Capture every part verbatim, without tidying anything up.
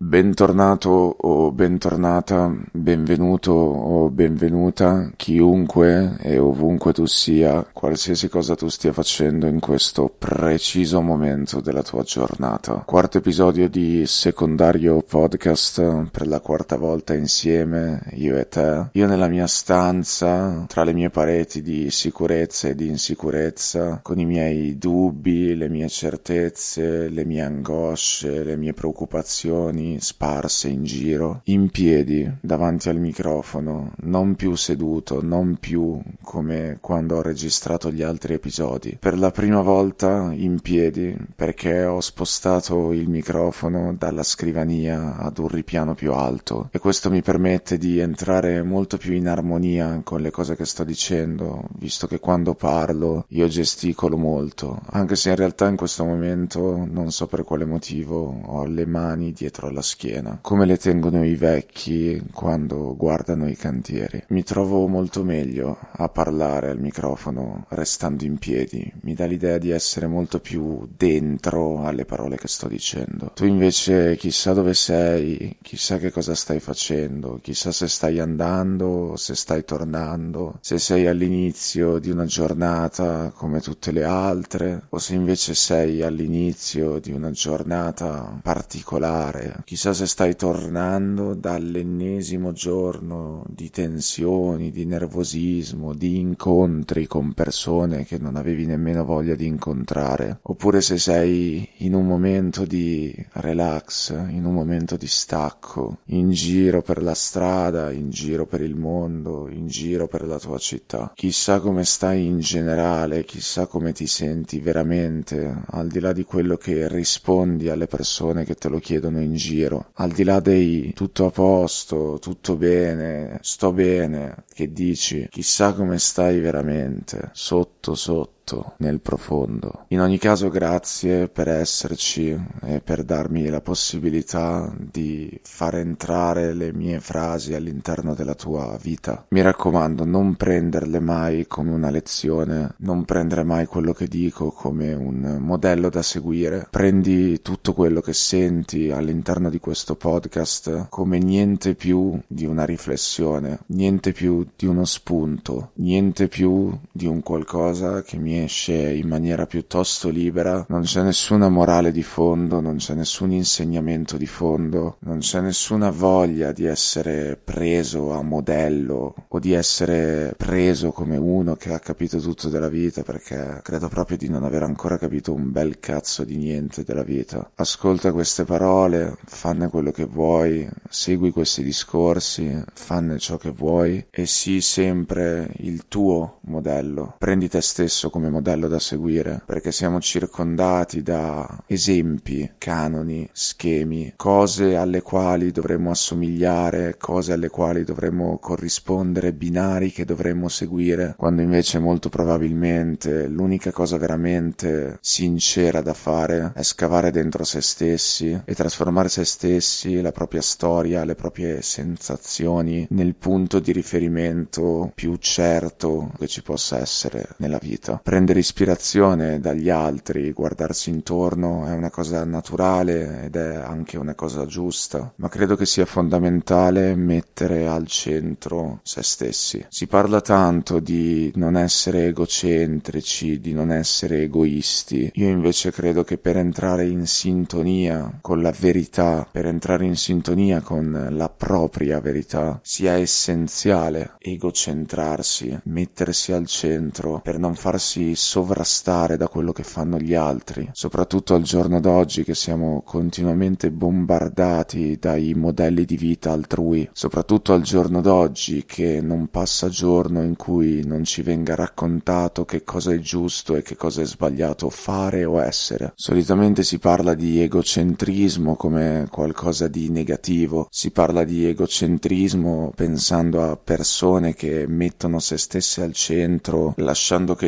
Bentornato o bentornata, benvenuto o benvenuta, chiunque e ovunque tu sia, qualsiasi cosa tu stia facendo in questo preciso momento della tua giornata. Quarto episodio di Secondario Podcast, per la quarta volta insieme, io e te. Io nella mia stanza, tra le mie pareti di sicurezza e di insicurezza, con i miei dubbi, le mie certezze, le mie angosce, le mie preoccupazioni, sparse in giro, in piedi davanti al microfono, non più seduto, non più come quando ho registrato gli altri episodi. Per la prima volta in piedi perché ho spostato il microfono dalla scrivania ad un ripiano più alto e questo mi permette di entrare molto più in armonia con le cose che sto dicendo, visto che quando parlo io gesticolo molto, anche se in realtà in questo momento non so per quale motivo ho le mani dietro la schiena, come le tengono i vecchi quando guardano i cantieri. Mi trovo molto meglio a parlare al microfono restando in piedi, mi dà l'idea di essere molto più dentro alle parole che sto dicendo. Tu invece chissà dove sei, chissà che cosa stai facendo, chissà se stai andando, se stai tornando, se sei all'inizio di una giornata come tutte le altre, o se invece sei all'inizio di una giornata particolare. Chissà se stai tornando dall'ennesimo giorno di tensioni, di nervosismo, di incontri con persone che non avevi nemmeno voglia di incontrare, oppure se sei in un momento di relax, in un momento di stacco, in giro per la strada, in giro per il mondo, in giro per la tua città. Chissà come stai in generale, chissà come ti senti veramente, al di là di quello che rispondi alle persone che te lo chiedono in giro, al di là dei tutto a posto, tutto bene, sto bene, che dici, chissà come stai veramente, sotto sotto, nel profondo. In ogni caso grazie per esserci e per darmi la possibilità di far entrare le mie frasi all'interno della tua vita. Mi raccomando, non prenderle mai come una lezione, non prendere mai quello che dico come un modello da seguire. Prendi tutto quello che senti all'interno di questo podcast come niente più di una riflessione, niente più di uno spunto, niente più di un qualcosa che mi esce in maniera piuttosto libera. Non c'è nessuna morale di fondo, non c'è nessun insegnamento di fondo, non c'è nessuna voglia di essere preso a modello o di essere preso come uno che ha capito tutto della vita, perché credo proprio di non aver ancora capito un bel cazzo di niente della vita. Ascolta queste parole, fanne quello che vuoi, segui questi discorsi, fanne ciò che vuoi e sii sempre il tuo modello. Prendi te stesso come modello da seguire, perché siamo circondati da esempi, canoni, schemi, cose alle quali dovremmo assomigliare, cose alle quali dovremmo corrispondere, binari che dovremmo seguire, quando invece molto probabilmente l'unica cosa veramente sincera da fare è scavare dentro se stessi e trasformare se stessi, la propria storia, le proprie sensazioni nel punto di riferimento più certo che ci possa essere nella vita. Prendere ispirazione dagli altri, guardarsi intorno è una cosa naturale ed è anche una cosa giusta, ma credo che sia fondamentale mettere al centro se stessi. Si parla tanto di non essere egocentrici, di non essere egoisti. Io invece credo che per entrare in sintonia con la verità, per entrare in sintonia con la propria verità, sia essenziale egocentrarsi, mettersi al centro per non farsi sovrastare da quello che fanno gli altri, soprattutto al giorno d'oggi che siamo continuamente bombardati dai modelli di vita altrui, soprattutto al giorno d'oggi che non passa giorno in cui non ci venga raccontato che cosa è giusto e che cosa è sbagliato fare o essere. Solitamente si parla di egocentrismo come qualcosa di negativo, si parla di egocentrismo pensando a persone che mettono se stesse al centro, lasciando che tutto il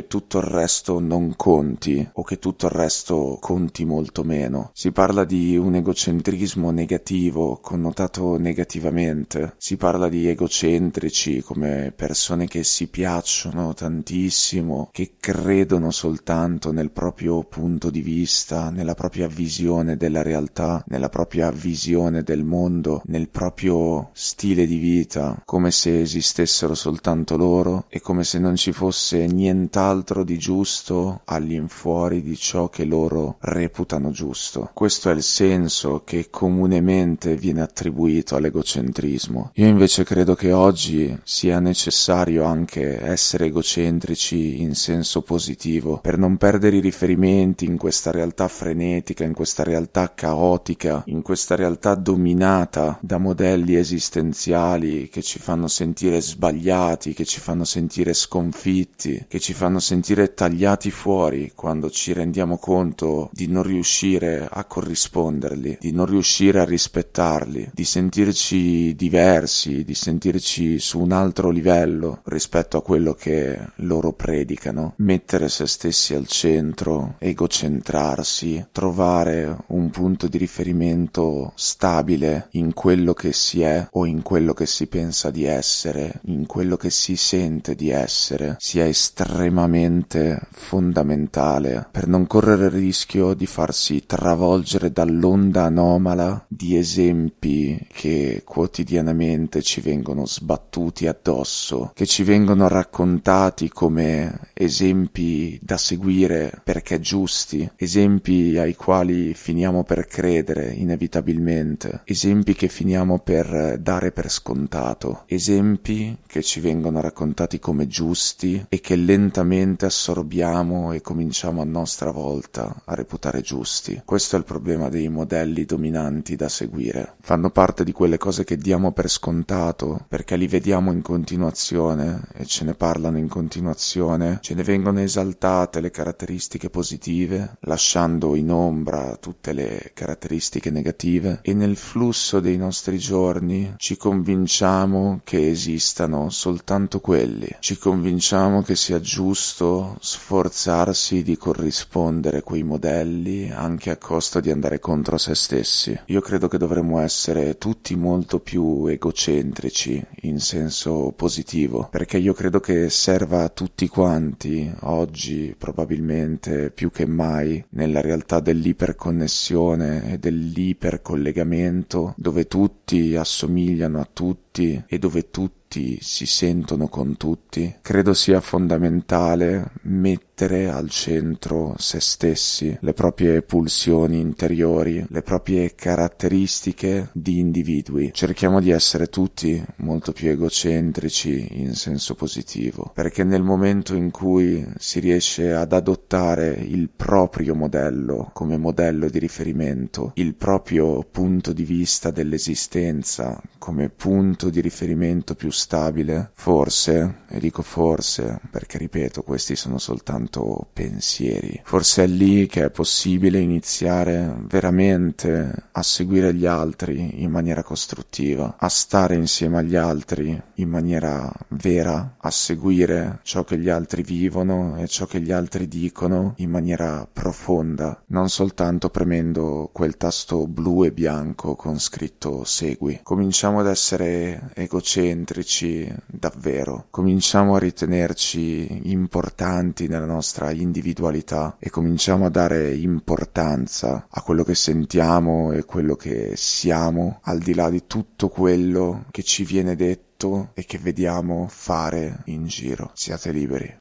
il resto non conti o che tutto il resto conti molto meno. Si parla di un egocentrismo negativo, connotato negativamente. Si parla di egocentrici come persone che si piacciono tantissimo, che credono soltanto nel proprio punto di vista, nella propria visione della realtà, nella propria visione del mondo, nel proprio stile di vita, come se esistessero soltanto loro e come se non ci fosse nient'altro di giusto all'infuori di ciò che loro reputano giusto. Questo è il senso che comunemente viene attribuito all'egocentrismo. Io invece credo che oggi sia necessario anche essere egocentrici in senso positivo, per non perdere i riferimenti in questa realtà frenetica, in questa realtà caotica, in questa realtà dominata da modelli esistenziali che ci fanno sentire sbagliati, che ci fanno sentire sconfitti, che ci fanno sentire tagliati fuori quando ci rendiamo conto di non riuscire a corrisponderli, di non riuscire a rispettarli, di sentirci diversi, di sentirci su un altro livello rispetto a quello che loro predicano. Mettere se stessi al centro, egocentrarsi, trovare un punto di riferimento stabile in quello che si è o in quello che si pensa di essere, in quello che si sente di essere, sia estremamente fondamentale per non correre il rischio di farsi travolgere dall'onda anomala di esempi che quotidianamente ci vengono sbattuti addosso, che ci vengono raccontati come esempi da seguire perché giusti, esempi ai quali finiamo per credere inevitabilmente, esempi che finiamo per dare per scontato, esempi che ci vengono raccontati come giusti e che lentamente assorbiamo e cominciamo a nostra volta a reputare giusti. Questo è il problema dei modelli dominanti da seguire. Fanno parte di quelle cose che diamo per scontato perché li vediamo in continuazione e ce ne parlano in continuazione, ce ne vengono esaltate le caratteristiche positive, lasciando in ombra tutte le caratteristiche negative, e nel flusso dei nostri giorni ci convinciamo che esistano soltanto quelli, ci convinciamo che sia giusto sforzarsi di corrispondere quei modelli anche a costo di andare contro se stessi. Io credo che dovremmo essere tutti molto più egocentrici in senso positivo, perché io credo che serva a tutti quanti oggi, probabilmente più che mai, nella realtà dell'iperconnessione e dell'ipercollegamento, dove tutti assomigliano a tutti e dove tutti si sentono con tutti, credo sia fondamentale mettere al centro se stessi, le proprie pulsioni interiori, le proprie caratteristiche di individui. Cerchiamo di essere tutti molto più egocentrici in senso positivo, perché nel momento in cui si riesce ad adottare il proprio modello come modello di riferimento, il proprio punto di vista dell'esistenza come punto di riferimento più stabile, forse, e dico forse perché ripeto, questi sono soltanto pensieri, forse è lì che è possibile iniziare veramente a seguire gli altri in maniera costruttiva, a stare insieme agli altri in maniera vera, a seguire ciò che gli altri vivono e ciò che gli altri dicono in maniera profonda, non soltanto premendo quel tasto blu e bianco con scritto segui. Cominciamo ad essere egocentrici davvero, cominciamo a ritenerci importanti nella nostra individualità e cominciamo a dare importanza a quello che sentiamo e quello che siamo, al di là di tutto quello che ci viene detto e che vediamo fare in giro. Siate liberi.